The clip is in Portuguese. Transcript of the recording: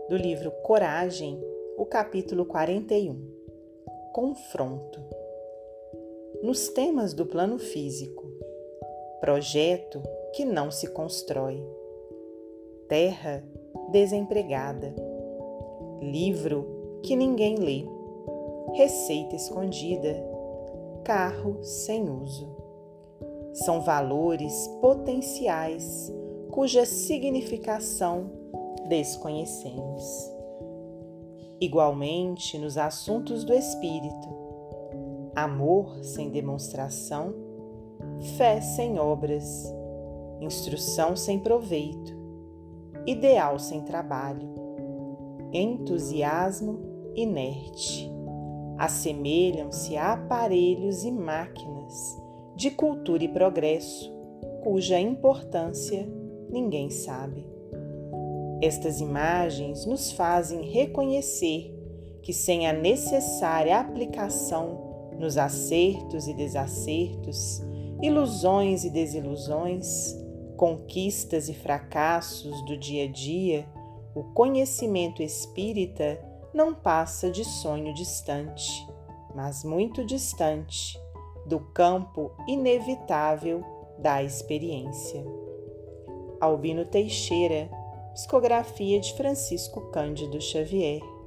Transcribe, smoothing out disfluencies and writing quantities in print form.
do livro Coragem, o capítulo 41. Confronto. Nos temas do plano físico: projeto que não se constrói, terra desempregada, livro que ninguém lê, receita escondida, carro sem uso. São valores potenciais cuja significação desconhecemos. Igualmente nos assuntos do espírito: amor sem demonstração, fé sem obras, instrução sem proveito, ideal sem trabalho, entusiasmo inerte, assemelham-se a aparelhos e máquinas de cultura e progresso, cuja importância ninguém sabe. Estas imagens nos fazem reconhecer que, sem a necessária aplicação nos acertos e desacertos, ilusões e desilusões, conquistas e fracassos do dia a dia, o conhecimento espírita não passa de sonho distante, mas muito distante, do campo inevitável da experiência. Albino Teixeira, psicografia de Francisco Cândido Xavier.